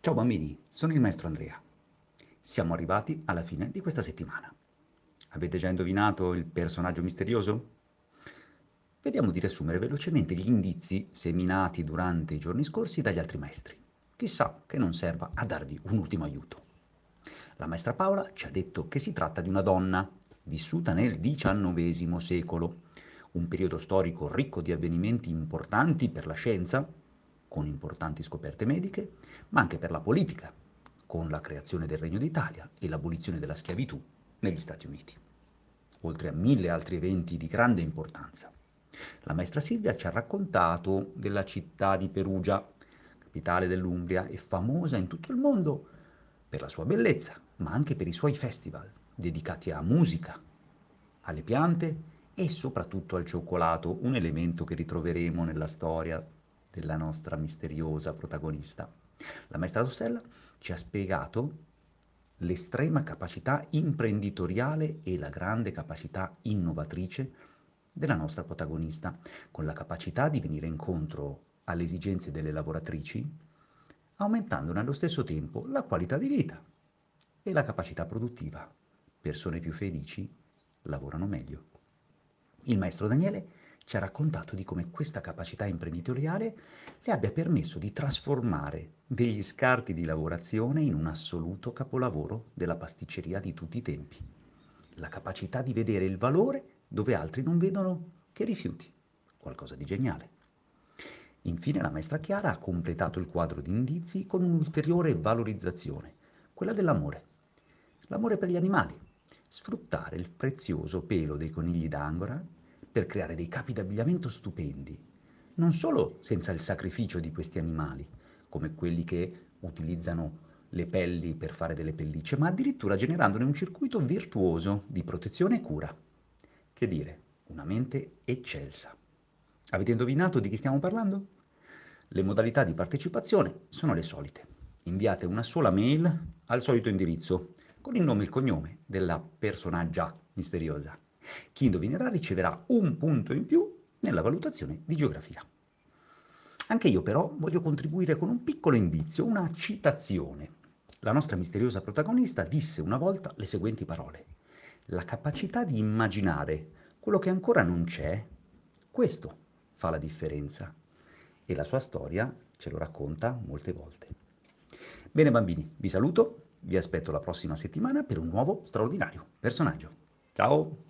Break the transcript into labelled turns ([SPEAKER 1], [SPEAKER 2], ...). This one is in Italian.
[SPEAKER 1] Ciao bambini, sono il maestro Andrea. Siamo arrivati alla fine di questa settimana. Avete già indovinato il personaggio misterioso? Vediamo di riassumere velocemente gli indizi seminati durante i giorni scorsi dagli altri maestri. Chissà che non serva a darvi un ultimo aiuto. La maestra Paola ci ha detto che si tratta di una donna vissuta nel XIX secolo, un periodo storico ricco di avvenimenti importanti per la scienza, con importanti scoperte mediche, ma anche per la politica, con la creazione del Regno d'Italia e l'abolizione della schiavitù negli Stati Uniti, oltre a mille altri eventi di grande importanza. La maestra Silvia ci ha raccontato della città di Perugia, capitale dell'Umbria e famosa in tutto il mondo per la sua bellezza, ma anche per i suoi festival dedicati a musica, alle piante e soprattutto al cioccolato, un elemento che ritroveremo nella storia della nostra misteriosa protagonista. La maestra Rossella ci ha spiegato l'estrema capacità imprenditoriale e la grande capacità innovatrice della nostra protagonista, con la capacità di venire incontro alle esigenze delle lavoratrici, aumentandone allo stesso tempo la qualità di vita e la capacità produttiva. Persone più felici lavorano meglio. Il maestro Daniele ci ha raccontato di come questa capacità imprenditoriale le abbia permesso di trasformare degli scarti di lavorazione in un assoluto capolavoro della pasticceria di tutti i tempi. La capacità di vedere il valore dove altri non vedono che rifiuti. Qualcosa di geniale. Infine la maestra Chiara ha completato il quadro di indizi con un'ulteriore valorizzazione, quella dell'amore. L'amore per gli animali. Sfruttare il prezioso pelo dei conigli d'Angora per creare dei capi d'abbigliamento stupendi, non solo senza il sacrificio di questi animali, come quelli che utilizzano le pelli per fare delle pellicce, ma addirittura generandone un circuito virtuoso di protezione e cura. Che dire, una mente eccelsa. Avete indovinato di chi stiamo parlando? Le modalità di partecipazione sono le solite. Inviate una sola mail al solito indirizzo con il nome e il cognome della personaggia misteriosa. Chi indovinerà riceverà un punto in più nella valutazione di geografia. Anche io però voglio contribuire con un piccolo indizio, una citazione. La nostra misteriosa protagonista disse una volta le seguenti parole: la capacità di immaginare quello che ancora non c'è, questo fa la differenza. E la sua storia ce lo racconta molte volte. Bene bambini, vi saluto, vi aspetto la prossima settimana per un nuovo straordinario personaggio. Ciao!